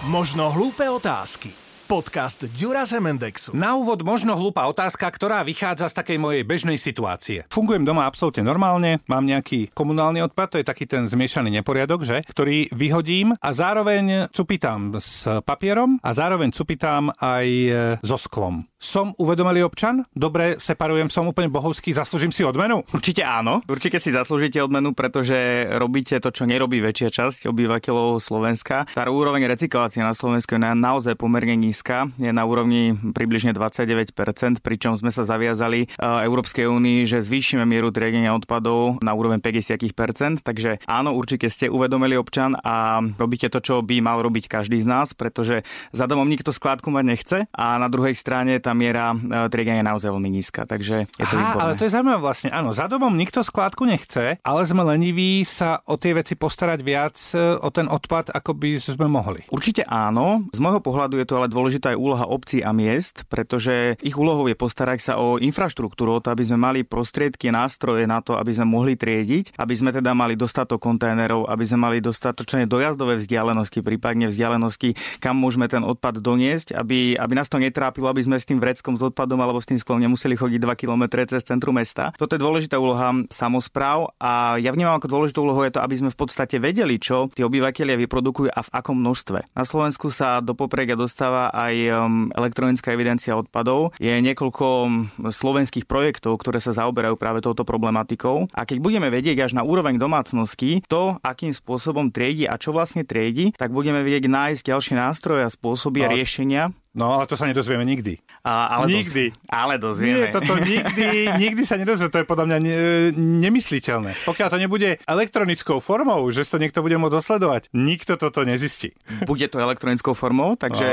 Možno hlúpe otázky. Podcast Ďura z Hemendexu. Na úvod možno hlúpa otázka, ktorá vychádza z takej mojej bežnej situácie. Fungujem doma absolútne normálne, mám nejaký komunálny odpad, to je taký ten zmiešaný neporiadok, že? Ktorý vyhodím a zároveň cupitám s papierom a zároveň cupitám aj so sklom. Som uvedomelý občan? Dobre separujem, som úplne bohovský, zaslúžim si odmenu? Určite áno. Určite si zaslúžite odmenu, pretože robíte to, čo nerobí väčšia časť obyvateľov Slovenska. Tá úroveň recyklácie na Slovensku je naozaj pomerne nízka. Je na úrovni približne 29%, pričom sme sa zaviazali Európskej únii, že zvýšime mieru triedenia odpadov na úroveň 50%. Takže áno, určite ste uvedomili občan a robíte to, čo by mal robiť každý z nás, pretože za domom nikto skládku mať nechce a na druhej strane tá miera triedenia je naozaj veľmi nízka, takže je to výborné. Ale to je zaujímavé vlastne. Áno, za domom nikto skládku nechce, ale sme leniví sa o tie veci postarať viac, o ten odpad, ako by sme mohli. Určite áno. Z môjho pohľadu je to ale dôležitá aj úloha obcí a miest, pretože ich úlohou je postarať sa o infraštruktúru, aby sme mali prostriedky, nástroje na to, aby sme mohli triediť, aby sme teda mali dostatok kontajnerov, aby sme mali dostatočné dojazdové vzdialenosti, prípadne vzdialenosti, kam môžeme ten odpad doniesť, aby nás to netrápilo, aby sme s tým vreckom s odpadom alebo s tým sklom nemuseli chodiť 2 kilometre cez centrum mesta. Toto je dôležitá úloha samospráv a ja vnímam ako dôležitú úlohu je to, aby sme v podstate vedeli, čo tí obyvatelia vyprodukujú a v akom množstve. Na Slovensku sa do popredia dostáva aj elektronická evidencia odpadov. Je niekoľko slovenských projektov, ktoré sa zaoberajú práve touto problematikou. A keď budeme vedieť až na úroveň domácností to, akým spôsobom triedi a čo vlastne triedi, tak budeme vedieť nájsť ďalšie nástroje a spôsoby a riešenia. No, ale to sa nedozvieme nikdy. Nikdy. Ale dozvieme. Nie, toto nikdy sa nedozvieme. To je podľa mňa nemysliteľné. Pokiaľ to nebude elektronickou formou, že to niekto bude môcť dosledovať, nikto toto nezistí. Bude to elektronickou formou, takže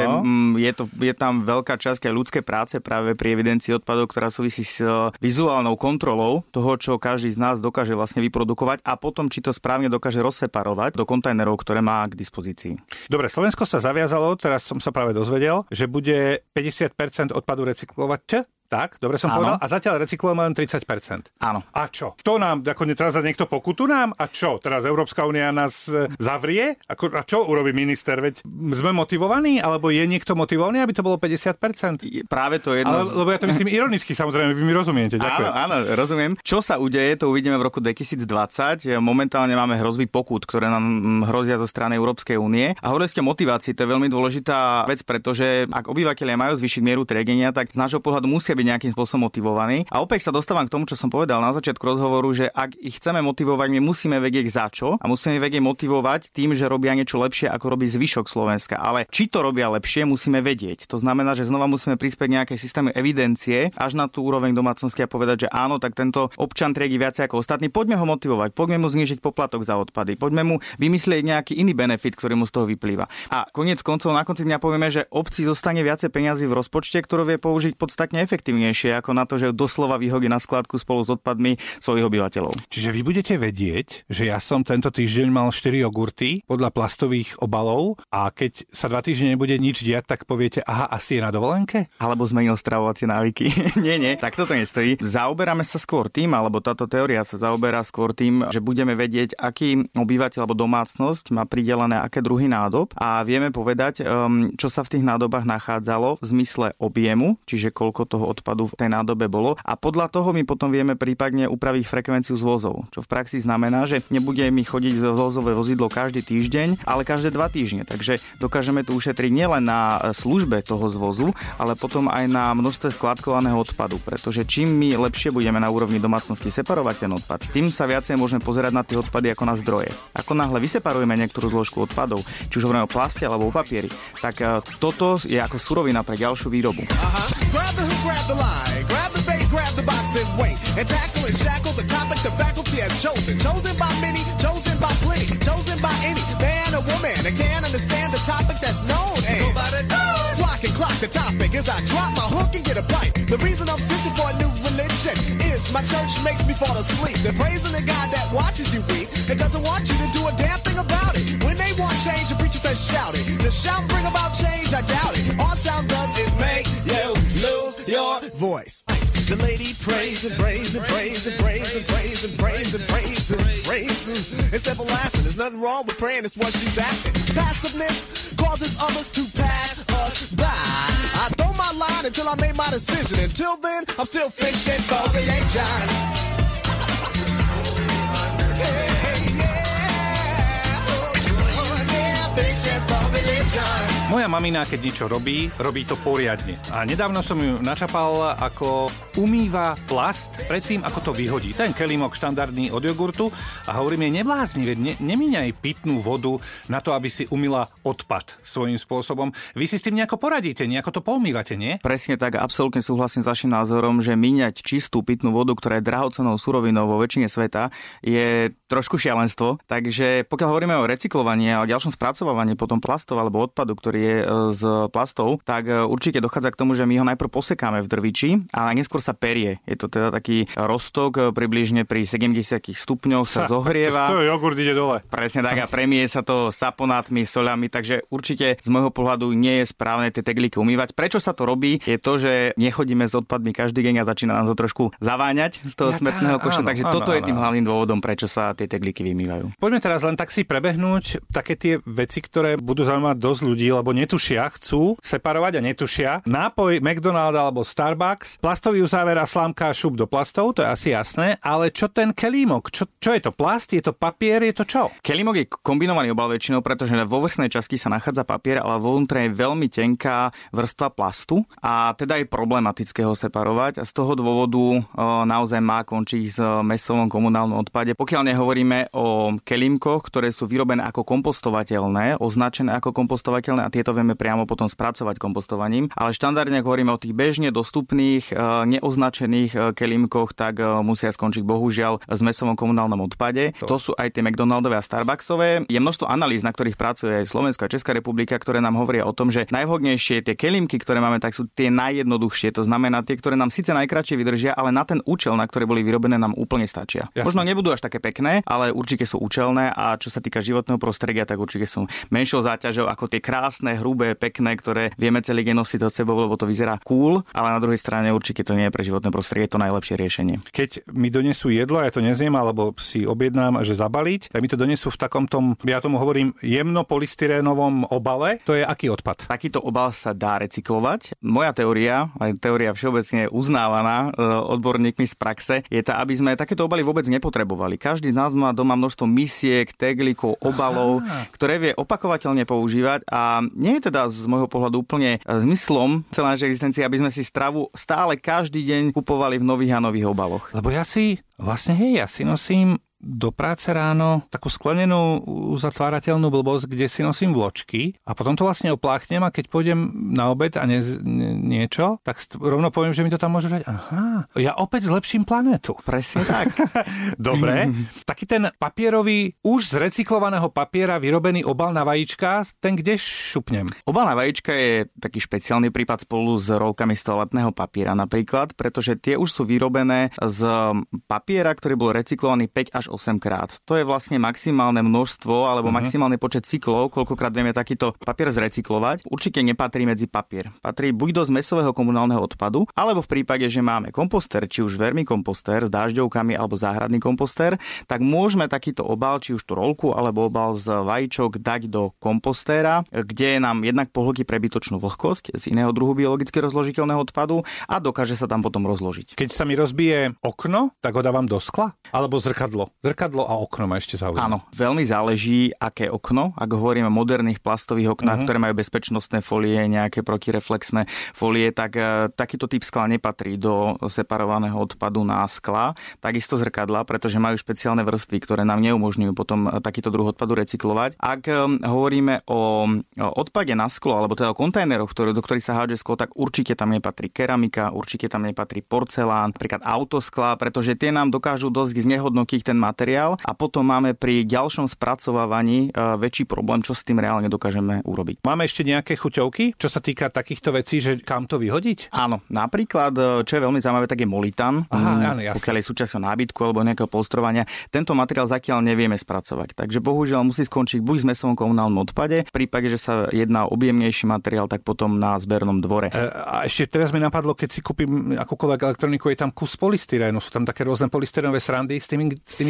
je tam veľká časť aj ľudské práce práve pri evidencii odpadov, ktorá súvisí s vizuálnou kontrolou toho, čo každý z nás dokáže vlastne vyprodukovať a potom, či to správne dokáže rozseparovať do kontajnerov, ktoré má k dispozícii. Dobre, Slovensko sa zaviazalo, teraz som sa práve dozvedel, že bude 50% odpadu recyklovať. Tak, dobre som povedal. A zatiaľ recyklujeme len 30%. Áno. A čo? To nám, ako teraz za niekto pokutu nám? A čo? Teraz Európska únia nás zavrie? A čo urobí minister? Veď sme motivovaní? Alebo je niekto motivovaný, aby to bolo 50%? Práve to je jedno. Lebo ja to myslím ironicky, samozrejme, vy mi rozumiete. Ďakujem. Áno, rozumiem. Čo sa udeje, to uvidíme v roku 2020. Momentálne máme hrozby pokút, ktoré nám hrozia zo strany Európskej únie. A hovorili ste o motivácii, to je veľmi dôležitá vec, pretože ak obyvatelia majú zvýšiť mieru triedenia, tak z nášho pohľadu musia byť nejakým spôsobom motivovaní. A opäť sa dostávam k tomu, čo som povedal na začiatku rozhovoru, že ak ich chceme motivovať, my musíme vedieť za čo a musíme vedieť motivovať tým, že robia niečo lepšie, ako robí zvyšok Slovenska. Ale či to robia lepšie, musíme vedieť. To znamená, že znova musíme prispieť nejaké systémy evidencie až na tú úroveň domácnosti a povedať, že áno, tak tento občan triedi viacej ako ostatní. Poďme ho motivovať, poďme mu znížiť poplatok za odpady, poďme mu vymyslieť nejaký iný benefit, ktorý mu z toho vyplýva. A koniec koncov na konci dňa povieme, že obci zostane viacej peňazí v rozpočte, ktorú vie použiť podstatne efektívnejšie ako na to, že doslova vyhodí na skládku spolu s odpadmi svojich obyvateľov. Čiže vy budete vedieť, že ja som tento týždeň mal 4 jogurty podľa plastových obalov a keď sa 2 týždne nebude nič diať, tak poviete, aha, asi je na dovolenke? Alebo zmenil stravovacie návyky. nie, tak toto nestojí. Zaoberáme sa skôr tým, alebo táto teória sa zaoberá skôr tým, že budeme vedieť, aký obyvateľ alebo domácnosť má pridelené aké druhy nádob a vieme povedať, čo sa v tých nádobách nachádzalo v zmysle objemu, čiže koľko toho odpadu v tej nádobe bolo a podľa toho my potom vieme prípadne upraviť frekvenciu zvozov, čo v praxi znamená, že nebude mi chodiť zvozové vozidlo každý týždeň, ale každé 2 týždne. Takže dokážeme tu ušetriť nielen na službe toho zvozu, ale potom aj na množstve skladkovaného odpadu, pretože čím my lepšie budeme na úrovni domácnosti separovať ten odpad, tým sa viacej môžeme pozerať na tie odpady ako na zdroje. Ako náhle vyseparujeme niektorú zložku odpadov, či už hovoríme o plaste alebo o papieri, tak toto je ako surovina pre ďalšiu výrobu. Grab the bait, grab the box and wait. And tackle and shackle the topic the faculty has chosen. Chosen by many, chosen by plenty, chosen by any man or woman that can't understand the topic that's known. And flock and clock the topic as I drop my hook and get a bite. The reason I'm fishing for a new religion is my church makes me fall asleep. They're praising the God that watches you weep and doesn't want you to do a damn thing about it. When they want change, the preachers that shout it. The shout and bring about change, I doubt it. All sound does is make you lose your voice. The lady prays and prays and prays and prays and prays and prays and prays and prays and it's everlasting. There's nothing wrong with praying, it's what she's asking. Passiveness causes others to pass us by. I throw my line until I make my decision. Until then, I'm still fishing for religion. Moja mamina, keď niečo robí, robí to poriadne. A nedávno som ju načapal, ako umýva plast predtým, ako to vyhodí. Ten kelímok štandardný od jogurtu a hovorím jej, neblázni, veď nemíňaj pitnú vodu na to, aby si umyla odpad svojím spôsobom. Vy si s tým nejako poradíte, nejako to poumývate, nie? Presne tak, absolútne súhlasím s vašim názorom, že míňať čistú pitnú vodu, ktorá je drahocennou surovinou vo väčšine sveta, je trošku šialenstvo. Takže pokiaľ hovoríme o recyklovaní a o ďalšom spracovávaní potom plastov alebo odpadu, ktorý je z plastov, tak určite dochádza k tomu, že my ho najprv posekáme v drviči a neskôr sa perie. Je to teda taký roztok, približne pri 70 stupňoch sa zohrieva. To jogurt ide dole. Presne tak a premie sa to saponátmi, soľami, takže určite z môjho pohľadu nie je správne tie teglíky umývať. Prečo sa to robí? Je to, že nechodíme s odpadmi každý deň a začína nám to trošku zaváňať z toho smetného koša, takže toto je tým hlavným dôvodom, prečo sa tie teglíky vymývajú. Poďme teraz len tak si prebehnúť také tie veci, ktoré budú zaujímať dosť ľudí, lebo netušia, chcú separovať a netušia. Nápoj McDonald's alebo Starbucks, plastový uzáver a slámka šup do plastov, to je asi jasné, ale čo ten kelímok? Čo je to plast? Je to papier? Je to čo? Kelímok je kombinovaný obal väčšinou, pretože vo vrchnej časti sa nachádza papier, ale vo vnútre je veľmi tenká vrstva plastu a teda je problematické ho separovať a z toho dôvodu naozaj má končiť s mäsovom komunálnom odpade. Pokiaľ nehovoríme o kelímkoch, ktoré sú vyrobené ako kompostovateľné, označené ako kompostovateľné a tieto vieme priamo potom spracovať kompostovaním, ale štandardne, ak hovoríme o tých bežne dostupných, neoznačených kelímkoch, tak musia skončiť bohužiaľ s mäsovom komunálnom odpade. To sú aj tie McDonaldové a Starbucksové. Je množstvo analýz, na ktorých pracuje aj Slovensko a Česká republika, ktoré nám hovoria o tom, že najvhodnejšie tie kelímky, ktoré máme, tak sú tie najjednoduchšie. To znamená tie, ktoré nám síce najkratšie vydržia, ale na ten účel, na ktoré boli vyrobené, nám úplne stačia. Jasne. Možno nebudú až také pekné, ale určite sú účelné a čo sa týka životného prostredia, tak určite sú menšou záťažou ako tie krásne, hrubé, pekné, ktoré vieme celý deň nosiť za sebou, lebo to vyzerá cool, ale na druhej strane určite to nie je pre životné prostredie to najlepšie riešenie. Keď mi donesú jedlo, ja to nezjem, alebo si objednám, že zabaliť, tak mi to donesú v takom tom, ja tomu hovorím, jemno polystyrénovom obale. To je aký odpad? Takýto obal sa dá recyklovať. Moja teória, aj teória všeobecne uznávaná odborníkmi z praxe, je tá, aby sme takéto obaly vôbec nepotrebovali. Každý z nás má doma množstvo misiek, teglíkov, obalov, ktoré vie opakovateľne používať a nie je teda z môjho pohľadu úplne zmyslom celej našej existencie, aby sme si stravu stále každý deň kupovali v nových a nových obaloch. Lebo ja si nosím do práce ráno takú sklenenú uzatvárateľnú blbosť, kde si nosím vločky a potom to vlastne opláchnem a keď pôjdem na obed a niečo, tak rovno poviem, že mi to tam môže dať. Aha, ja opäť zlepším planétu. Presne tak. Dobre. Taký ten papierový, už z recyklovaného papiera vyrobený obal na vajíčka, ten kde šupnem? Obal na vajíčka je taký špeciálny prípad spolu s rolkami z toaletného papiera napríklad, pretože tie už sú vyrobené z papiera, ktorý bol recyklovaný 5 až 8 krát. To je vlastne maximálne množstvo alebo maximálny počet cyklov, koľkokrát vieme takýto papier zrecyklovať. Určite nepatrí medzi papier. Patrí buď do zmesového komunálneho odpadu, alebo v prípade, že máme komposter, či už vermikomposter s dážďovkami alebo záhradný komposter, tak môžeme takýto obal, či už tú rolku alebo obal z vajíčok dať do kompostéra, kde nám jednak pohltí prebytočnú vlhkosť z iného druhu biologicky rozložiteľného odpadu a dokáže sa tam potom rozložiť. Keď sa mi rozbije okno, tak ho dávam do skla alebo zrkadlo. Zrkadlo a okno ma ešte zaujíma. Áno, veľmi záleží, aké okno. Ak hovoríme o moderných plastových oknách, ktoré majú bezpečnostné folie, nejaké protireflexné folie, tak takýto typ skla nepatrí do separovaného odpadu na skla. Takisto zrkadla, pretože majú špeciálne vrstvy, ktoré nám neumožňujú potom takýto druh odpadu recyklovať. Ak hovoríme o odpade na sklo, alebo teda o kontajneroch, do ktorých sa hádže sklo, tak určite tam nepatrí keramika, určite tam nepatrí porcelán, napríklad autoskla, pretože tie nám dokážu dosť znehodnotiť ten materiál a potom máme pri ďalšom spracovávaní väčší problém, čo s tým reálne dokážeme urobiť. Máme ešte nejaké chuťovky, čo sa týka takýchto vecí, že kam to vyhodiť? Áno, napríklad, čo je veľmi zaujímavé, tak je molitán. Áno, pokiaľ je súčasťou nábytku alebo nejakého polstrovania, tento materiál zatiaľ nevieme spracovať. Takže bohužiaľ musí skončiť buď v zmesovom komunálnom odpade, v prípade, že sa jedná o objemnejší materiál, tak potom na zbernom dvore. A ešte teraz mi napadlo, keď si kúpim akúkoľvek elektroniku, je tam kus polystyrénu, sú tam také rôzne polystyrénové srandy s tými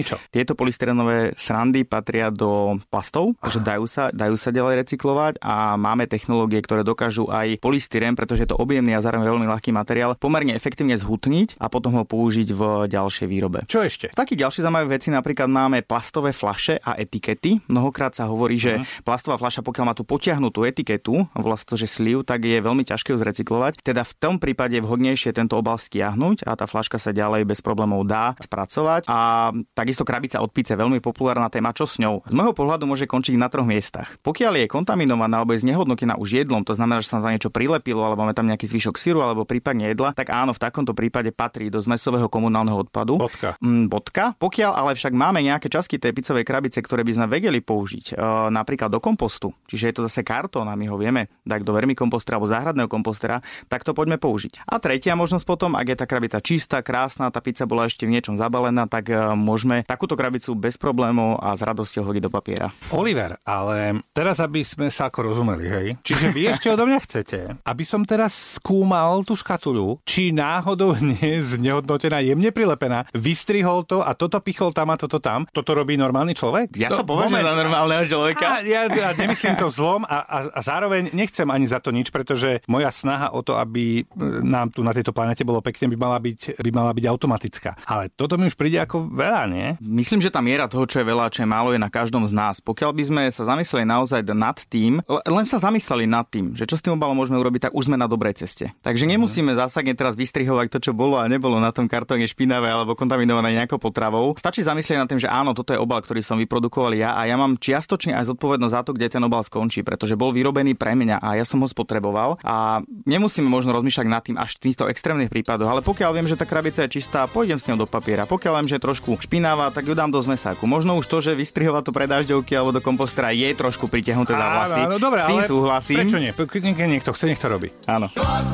čo? Tieto polystyrenové srandy patria do plastov, takže dajú sa ďalej recyklovať a máme technológie, ktoré dokážu aj polystyren, pretože je to objemný a zároveň veľmi ľahký materiál, pomerne efektívne zhutniť a potom ho použiť v ďalšej výrobe. Čo ešte? Taký ďalší zaujímavé veci napríklad máme plastové fľaše a etikety. Mnohokrát sa hovorí, že plastová fľaša, pokiaľ má tú potiahnutú etiketu, volá sa to, že sleeve, tak je veľmi ťažké ju zrecyklovať. Teda v tom prípade je vhodnejšie tento obal stiahnuť a tá fľaška sa ďalej bez problémov dá spracovať. A takisto krabica od píce, veľmi populárna téma, čo s ňou? Z môjho pohľadu môže končiť na 3 miestach. Pokiaľ je kontaminovaná alebo je znehodnotená už jedlom, to znamená, že sa tam niečo prilepilo alebo máme tam nejaký zvyšok syru alebo prípadne jedla, tak áno, v takomto prípade patrí do zmesového komunálneho odpadu. Bodka. Pokiaľ ale však máme nejaké časti tej picovej krabice, ktoré by sme vedeli použiť, napríklad do kompostu, čiže je to zase kartón a my ho vieme dať do vermikompostera alebo záhradného kompostera, tak to poďme použiť. A tretia možnosť potom, ak je tá krabica čistá, krásna, tá pizza bola ešte v niečom zabalená, tak môžeme takúto krabicu bez problémov a s radosťou hodiť do papiera. Oliver, ale teraz, aby sme sa ako rozumeli, hej? Čiže vy ešte odo mňa chcete, aby som teraz skúmal tú škatuľu, či náhodou nie je znehodnotená, jemne prilepená, vystrihol to a toto pichol tam a toto tam. Toto robí normálny človek? Ja sa považujem za normálneho človeka. Ja nemyslím to zlom a zároveň nechcem ani za to nič, pretože moja snaha o to, aby nám tu na tejto planete bolo pekne, by mala byť automatická. Ale toto mi už príde ako veľa, nie? Myslím, že tá miera toho, čo je veľa, čo je málo, je na každom z nás. Pokiaľ by sme sa zamysleli naozaj nad tým, len sa zamysleli nad tým, že čo s tým obalom môžeme urobiť, tak už sme na dobrej ceste. Takže nemusíme zásadne teraz vystrihovať to, čo bolo a nebolo na tom kartóne špinavé alebo kontaminované nejakou potravou. Stačí zamyslieť nad tým, že áno, toto je obal, ktorý som vyprodukoval ja a ja mám čiastočne aj zodpovednosť za to, kde ten obal skončí, pretože bol vyrobený pre mňa a ja som ho spotreboval a nemusíme možno rozmýšľať nad tým až v týchto extrémnych prípadoch, ale pokiaľ viem, že tá krabica je čistá, pôjdem s ňou do papiera. Pokiaľ viem, že je trošku špinavá, tak ju dám do zmesáku. Možno už to, že vystrihovať to pre dažďovky alebo do kompostera je trošku pritiahnuté za vlasy. Áno, dobre, s tým súhlasím. Prečo nie? Niekto chce, nech to robí. Áno.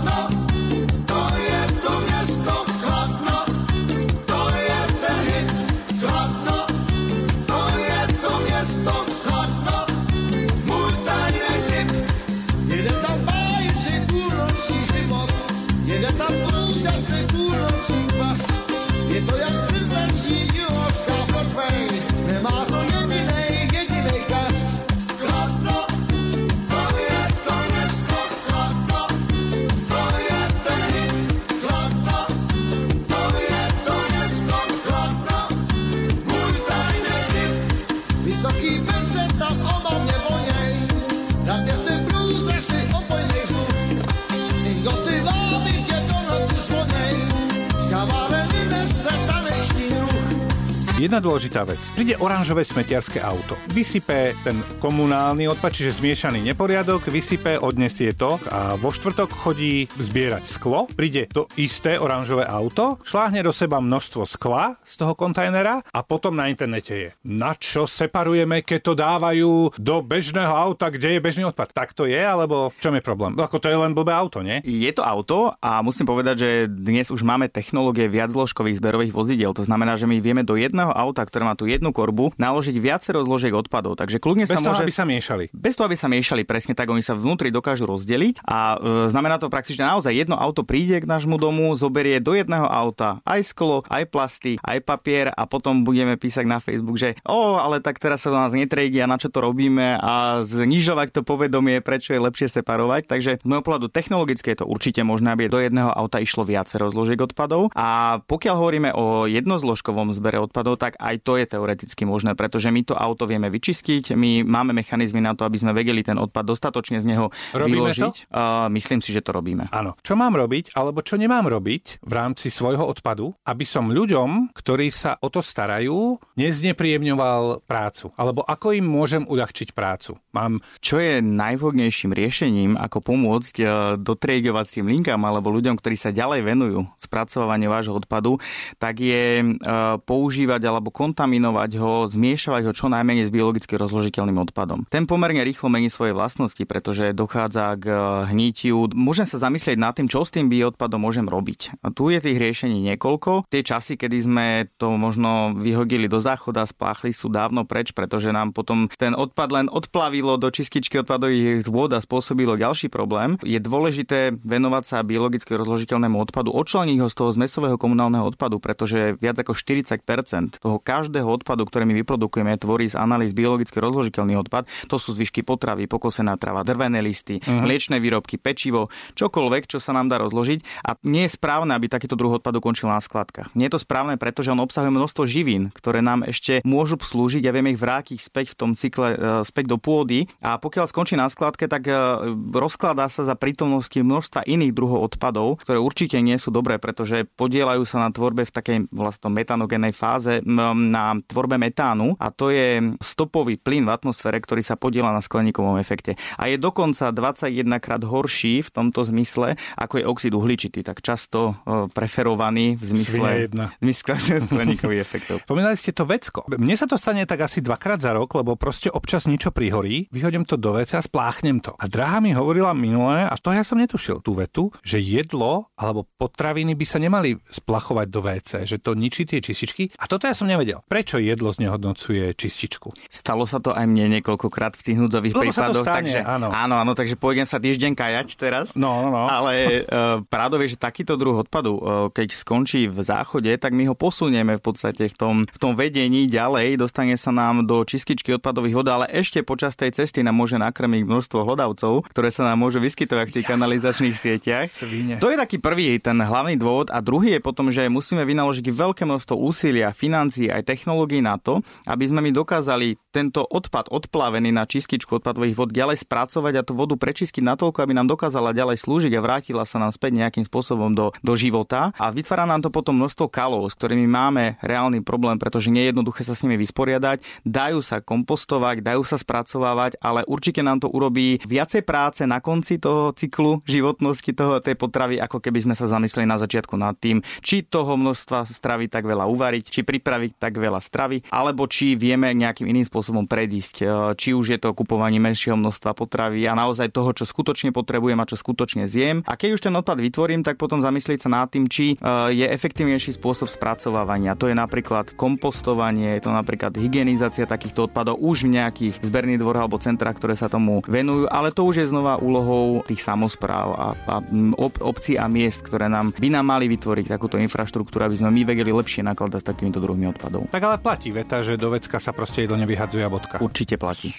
Jedna dôležitá vec. Príde oranžové smetiarské auto. Vysype ten komunálny odpad, čiže zmiešaný neporiadok, vysype, odnesie to a vo štvrtok chodí zbierať sklo. Príde to isté oranžové auto, šláhne do seba množstvo skla z toho kontajnera a potom na internete je. Na čo separujeme, keď to dávajú do bežného auta, kde je bežný odpad? Tak to je, alebo v čom je problém? Ako to je len blbé auto, nie? Je to auto a musím povedať, že dnes už máme technológie viaczložkových zberových vozidiel. To znamená, že my vieme do jedného auta, ktoré má tú jednu korbu, naložiť viacero zložiek odpadov. Takže kľudne bez sa môže... toho, aby sa miešali. Bez toho, aby sa miešali, presne tak, oni sa vnútri dokážu rozdeliť a znamená to prakticky, že naozaj jedno auto príde k nášmu domu, zoberie do jedného auta aj sklo, aj plasty, aj papier a potom budeme písať na Facebook, že ale tak teraz sa do nás netrejdi a na čo to robíme a znižovať to povedomie, prečo je lepšie separovať. Takže z môjho pohľadu technologicky je to určite možné, aby do jedného auta išlo viacero zložiek odpadov a pokiaľ hovoríme o jednozložkovom zbere odpadov, tak aj to je teoreticky možné, pretože my to auto vieme vyčistiť, my máme mechanizmy na to, aby sme vedeli ten odpad dostatočne z neho vyložiť. Myslím si, že to robíme. Áno. Čo mám robiť, alebo čo nemám robiť v rámci svojho odpadu, aby som ľuďom, ktorí sa o to starajú, neznepríjemňoval prácu? Alebo ako im môžem uľahčiť prácu? Čo je najvhodnejším riešením, ako pomôcť dotrieďovacím linkám alebo ľuďom, ktorí sa ďalej venujú spracovávaniu vášho odpadu, tak je používať alebo kontaminovať ho, zmiešavať ho čo najmenej s biologicky rozložiteľným odpadom. Ten pomerne rýchlo mení svoje vlastnosti, pretože dochádza k hnitiu. Môžem sa zamyslieť nad tým, čo s tým bioodpadom môžem robiť. A tu je tých riešení niekoľko. Tie časy, kedy sme to možno vyhodili do záchoda, spláchli, sú dávno preč, pretože nám potom ten odpad len odplavilo do čističky odpadových vôd a spôsobilo ďalší problém. Je dôležité venovať sa biologicky rozložiteľnému odpadu, odčleniť ho z toho zmesového komunálneho odpadu, pretože viac ako 40% toho každého odpadu, ktorý my vyprodukujeme, tvorí z analýz biologicky rozložiteľný odpad. To sú zvyšky potravy, pokosená trava, drvené listy, mliečne výrobky, pečivo, čokoľvek, čo sa nám dá rozložiť. A nie je správne, aby takýto druh odpadu končil na skladkách. Nie je to správne, pretože on obsahuje množstvo živín, ktoré nám ešte môžu slúžiť a vieme ich vrátiť späť v tom cykle späť do pôdy. A pokiaľ skončí na skladke, tak rozkladá sa za prítomnosti množstva iných druhov odpadov, ktoré určite nie sú dobré, pretože podieľajú sa na tvorbe v takej vlastne metanogénnej fáze na tvorbe metánu, a to je stopový plyn v atmosfére, ktorý sa podieľa na skleníkovom efekte. A je dokonca 21 krát horší v tomto zmysle, ako je oxid uhličitý, tak často preferovaný v zmysle skleníkových efektov. Pomínali ste to vecko. Mne sa to stane tak asi 2-krát za rok, lebo proste občas niečo prihorí, vyhodím to do vece a spláchnem to. A drahá mi hovorila minulé, a to ja som netušil tú vetu, že jedlo alebo potraviny by sa nemali splachovať do WC, že to ničí tie čističky. A toto ja som nevedel. Prečo jedlo znehodnocuje čističku? Stalo sa to aj mne niekoľkokrát v tých núdzových prípadoch, takže áno, takže pôjdem sa týždeň kajať teraz. No. Ale pravdou je, že takýto druh odpadu, keď skončí v záchode, tak my ho posunieme v podstate v tom vedení ďalej, dostane sa nám do čističky odpadových vod, ale ešte počas tej cesty nám môže nakrmiť množstvo hlodavcov, ktoré sa nám môžu vyskytovať v tých kanalizačných sieťach. Svine. To je taký prvý, ten hlavný dôvod, a druhý je potom, že musíme vynaložiť veľké množstvo úsilia, financií aj technológií na to, aby sme my dokázali tento odpad odplavený na čističku odpadových vod ďalej spracovať a tú vodu prečistiť natoľko, aby nám dokázala ďalej slúžiť a vrátila sa nám späť nejakým spôsobom do života. A vytvára nám to potom množstvo kalov, s ktorými máme reálny problém, pretože nie je jednoduché sa s nimi vysporiadať. Dajú sa kompostovať, dajú sa spracovávať, ale určite nám to urobí viacej práce na konci toho cyklu životnosti tej potravy, ako keby sme sa zamysleli na začiatku nad tým, či toho množstva stravy tak veľa uvariť, či pripraviť tak veľa stravy, alebo či vieme nejakým iným spôsobom predísť, či už je to kupovanie menšieho množstva potravy a naozaj toho, čo skutočne potrebujem a čo skutočne zjem. A keď už ten odpad vytvorím, tak potom zamyslieť sa nad tým, či je efektívnejší spôsob spracovávania. To je napríklad kompostovanie, je to napríklad hygienizácia takýchto odpadov už v nejakých zberných dvoroch alebo centrách, ktoré sa tomu venujú, ale to už je znova úlohou tých samospráv a obcí a miest, ktoré by nám mali vytvoriť takúto infraštruktúru, aby sme my vedeli lepšie nakladať s takýmito druhmi odpadov. Tak ale platí veta, že do vecka sa proste jedlo nevyhadzuje a bodka. Určite platí.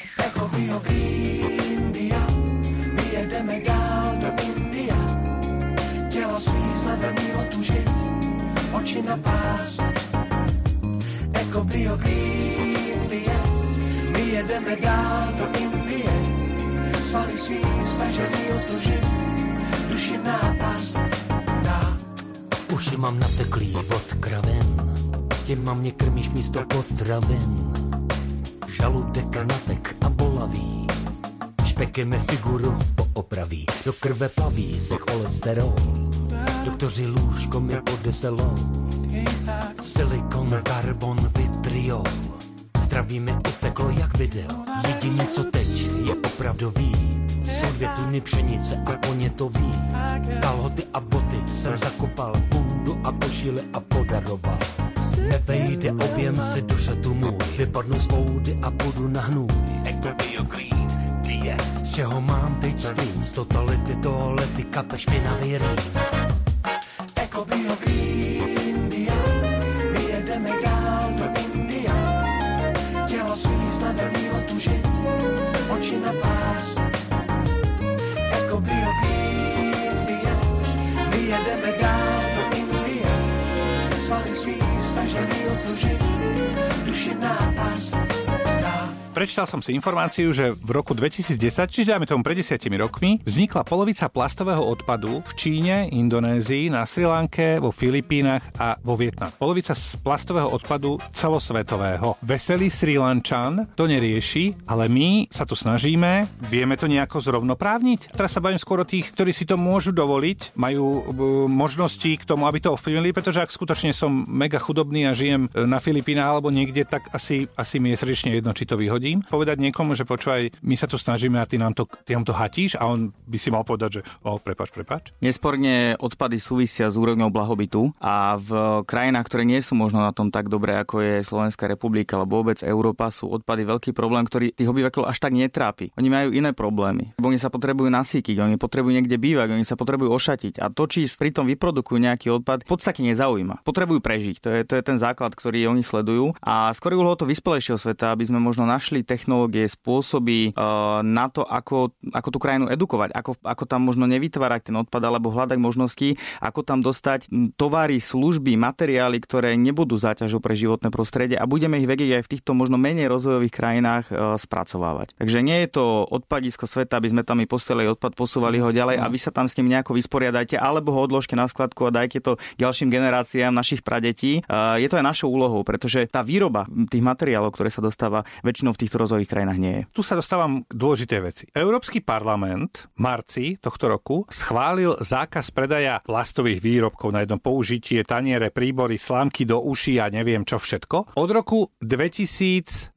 Oči na pás, eko biogrínie, my jedeme dál do Indie, svaly svý stažený otužit, duši nápast dá. Uši mám nateklý od kraven, těma mě krmíš místo potravin, žaludek natek a bolavý, špekeme figuru poopraví, do krve plaví se cholesterol. Doktoři lůžko mi podeselou, silikon, karbon, vitriol. Zdraví mi uteklo jak video. Jediné, co teď je opravdový, jsou 2 tuny pšenice a ponětový. Kalhoty a boty jsem zakopal, bundu a košile a podaroval. Nevejde objem si do šatu můj, vypadnu z voudy a půjdu na hnůj. Z čeho mám teď splín, z totality, toalety, kape špinavý rýn. Bio-Green-Dia, my jedeme dál do India. Tělo svíznavený otužit, oči na pás. Jako Bio-Green-Dia, my jedeme dál do India. Svaly svíznavený otužit, duši na pás. Prečítal som si informáciu, že v roku 2010, čiže dáme tomu pred 10 rokmi, vznikla polovica plastového odpadu v Číne, Indonézii, na Sri Lanke, vo Filipínach a vo Vietname. Polovica z plastového odpadu celosvetového. Veselý Sri Lančan to nerieši, ale my sa tu snažíme, vieme to nejako zrovnoprávniť. Teraz sa bavím skôr o tých, ktorí si to môžu dovoliť, majú možnosti k tomu, aby to ovplyvnili, pretože ak skutočne som mega chudobný a žijem na Filipínach alebo niekde, tak asi mi je srdečne jedno, či to vyhodí. tým, povedať niekomu, že počúvaj, my sa tu snažíme a ty nám to hatíš a on by si mal povedať, že prepáč. Nesporne odpady súvisia s úrovňou blahobytu a v krajinách, ktoré nie sú možno na tom tak dobre, ako je Slovenská republika alebo vôbec Európa, sú odpady veľký problém, ktorý tých obyvateľov až tak netrápi. Oni majú iné problémy. Oni sa potrebujú nasýkiť, oni potrebujú niekde bývať, oni sa potrebujú ošatiť a to, či pritom vyprodukujú nejaký odpad, v podstate nezaujíma. Potrebujú prežiť. To je ten základ, ktorý oni sledujú a skôr bolo to vyspelejšieho sveta, aby sme možno našli technológie, spôsoby na to, ako tú krajinu edukovať, ako tam možno nevytvárať ten odpad alebo hľadať možnosti, ako tam dostať tovary, služby, materiály, ktoré nebudú záťažou pre životné prostredie a budeme ich vedieť aj v týchto možno menej rozvojových krajinách spracovávať. Takže nie je to odpadisko sveta, aby sme tam i posielali odpad, posúvali ho ďalej a vy sa tam s ním nejako vysporiadajte, alebo ho odložte na skladku a dajte to ďalším generáciám našich pradetí. Je to aj našou úlohou, pretože tá výroba tých materiálov, ktoré sa dostáva, väčšinou v týchto rozvojových krajinách nie je. Tu sa dostávam k dôležitej veci. Európsky parlament v marci tohto roku schválil zákaz predaja plastových výrobkov na jedno použitie, taniere, príbory, slámky do uší a neviem čo všetko. Od roku 2021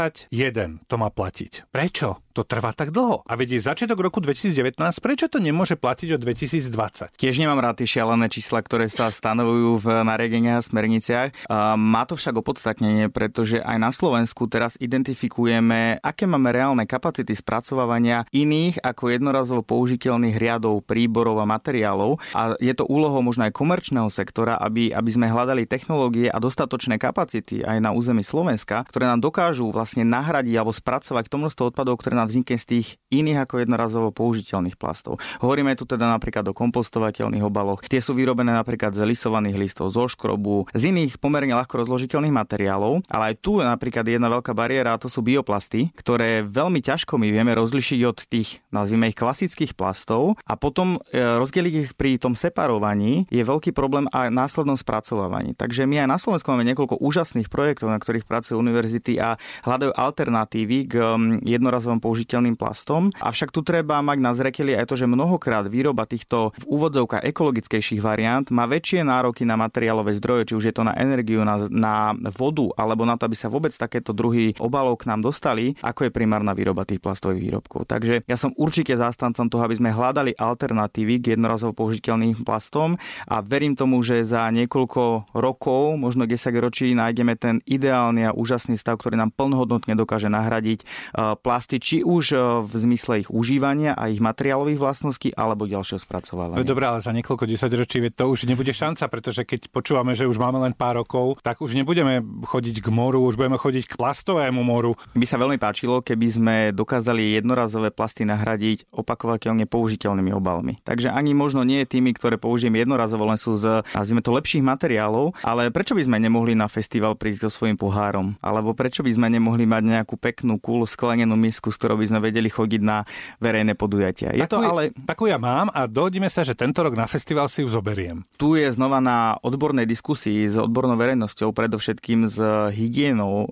to má platiť. Prečo? To trvá tak dlho. A vedie začiatok roku 2019, prečo to nemôže platiť od 2020? Tiež nemám rád tie šialené čísla, ktoré sa stanovujú v nariadeniach a smerniciach. Má to však opodstatnenie, pretože aj na Slovensku teraz identifikujeme, aké máme reálne kapacity spracovávania iných ako jednorazovo použiteľných riadov, príborov a materiálov. A je to úlohou možno aj komerčného sektora, aby sme hľadali technológie a dostatočné kapacity aj na území Slovenska, ktoré nám dokážu vlastne nahradiť alebo spracovať to množstvo odpadov, ktoré vznikne z tých iných ako jednorazovo použiteľných plastov. Hovoríme tu teda napríklad o kompostovateľných obaloch. Tie sú vyrobené napríklad z lisovaných listov, zo škrobu, z iných pomerne ľahko rozložiteľných materiálov, ale aj tu je napríklad jedna veľká bariéra, a to sú bioplasty, ktoré veľmi ťažko my vieme rozlišiť od tých, nazvime ich klasických plastov a potom rozdeliť ich pri tom separovaní je veľký problém aj následnom spracovávaní. Takže my aj na Slovensku máme niekoľko úžasných projektov, na ktorých pracujú univerzity a hľadajú alternatívy k jednorazovom použiteľným plastom. Avšak tu treba mať na zreteli aj to, že mnohokrát výroba týchto v úvodzovkách ekologickejších variant má väčšie nároky na materiálové zdroje, či už je to na energiu, na vodu, alebo na to, aby sa vôbec takéto druhy obalov k nám dostali, ako je primárna výroba tých plastových výrobkov. Takže ja som určite zástancom toho, aby sme hľadali alternatívy k jednorazovo použiteľným plastom a verím tomu, že za niekoľko rokov, možno 10 ročí nájdeme ten ideálny a úžasný stav, ktorý nám plnohodnotne dokáže nahradiť plasty, či už v zmysle ich užívania a ich materiálových vlastností alebo ďalšieho spracovávania. Dobre, ale za niekoľko desaťročí to už nebude šanca, pretože keď počúvame, že už máme len pár rokov, tak už nebudeme chodiť k moru, už budeme chodiť k plastovému moru. By sa veľmi páčilo, keby sme dokázali jednorazové plasty nahradiť opakovateľne použiteľnými obalmi. Takže ani možno nie tými, ktoré použijem jednorazovo, len sú z, nazvime to, lepších materiálov, ale prečo by sme nemohli na festival prísť so svojím pohárom? Alebo prečo by sme nemohli mať nejakú peknú kúlu, sklenenú misku, s ktorou by sme vedeli chodiť na verejné podujatia. Takú ja mám a dohodíme sa, že tento rok na festival si ju zoberiem. Tu je znova na odbornej diskusii s odbornou verejnosťou, predovšetkým s hygienou,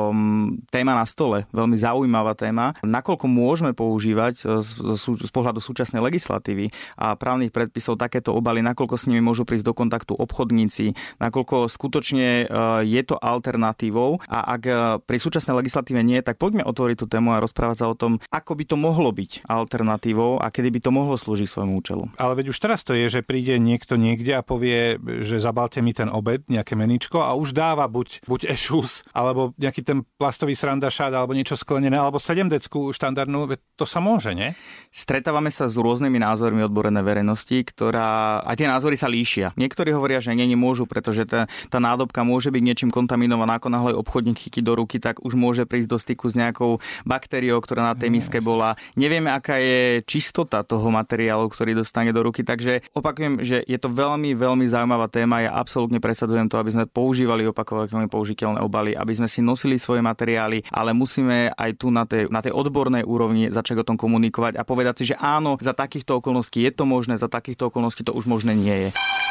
téma na stole, veľmi zaujímavá téma. Nakoľko môžeme používať z pohľadu súčasnej legislatívy a právnych predpisov takéto obaly, nakoľko s nimi môžu prísť do kontaktu obchodníci, nakoľko skutočne je to alternatívou a ak pri súčasnej legislatíve nie, tak poďme otvoriť tú tému a rozprávať sa o tom, ako by to mohlo byť alternatívou a kedy by to mohlo slúžiť svojmu účelu. Ale veď už teraz to je, že príde niekto niekde a povie, že zabalte mi ten obed, nejaké meničko a už dáva buď ešus, alebo nejaký ten plastový srandašát, alebo niečo sklenené, alebo 7-decku štandardnú, to sa môže, nie? Stretávame sa s rôznymi názormi odbornej verejnosti, ktorá aj tie názory sa líšia. Niektorí hovoria, že nemôžu, pretože tá nádobka môže byť niečím kontaminovaná, ako náhle obchodník chytí do ruky, tak už môže prísť do styku s nejakou baktériou, ktorá na tej miske bola. Nevieme, aká je čistota toho materiálu, ktorý dostane do ruky, takže opakujem, že je to veľmi, veľmi zaujímavá téma. Ja absolútne presadzujem to, aby sme používali opakovateľné použiteľné obaly, aby sme si nosili svoje materiály, ale musíme aj tu na tej odbornej úrovni začať o tom komunikovať a povedať si, že áno, za takýchto okolností je to možné, za takýchto okolností to už možné nie je.